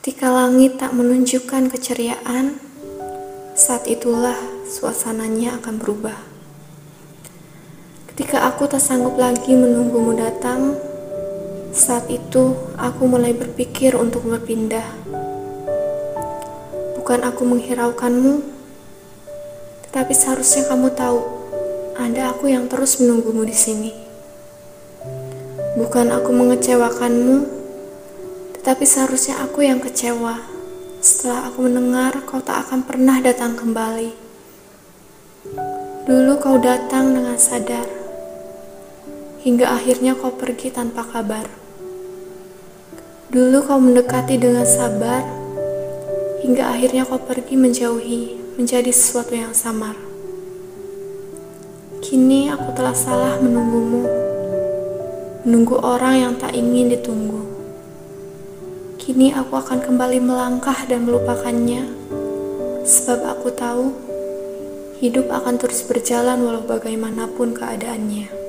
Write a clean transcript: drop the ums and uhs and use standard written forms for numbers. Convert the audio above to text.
Ketika langit tak menunjukkan keceriaan, saat itulah suasananya akan berubah. Ketika aku tak sanggup lagi menunggumu datang, saat itu aku mulai berpikir untuk berpindah. Bukan aku menghiraukanmu, tetapi seharusnya kamu tahu, ada aku yang terus menunggumu di sini. Bukan aku mengecewakanmu, tetapi seharusnya aku yang kecewa setelah aku mendengar kau tak akan pernah datang kembali. Dulu kau datang dengan sadar, hingga akhirnya kau pergi tanpa kabar. Dulu kau mendekati dengan sabar, hingga akhirnya kau pergi menjauhi, menjadi sesuatu yang samar. Kini aku telah salah menunggumu, menunggu orang yang tak ingin ditunggu. Kini aku akan kembali melangkah dan melupakannya, sebab aku tahu hidup akan terus berjalan walau bagaimanapun keadaannya.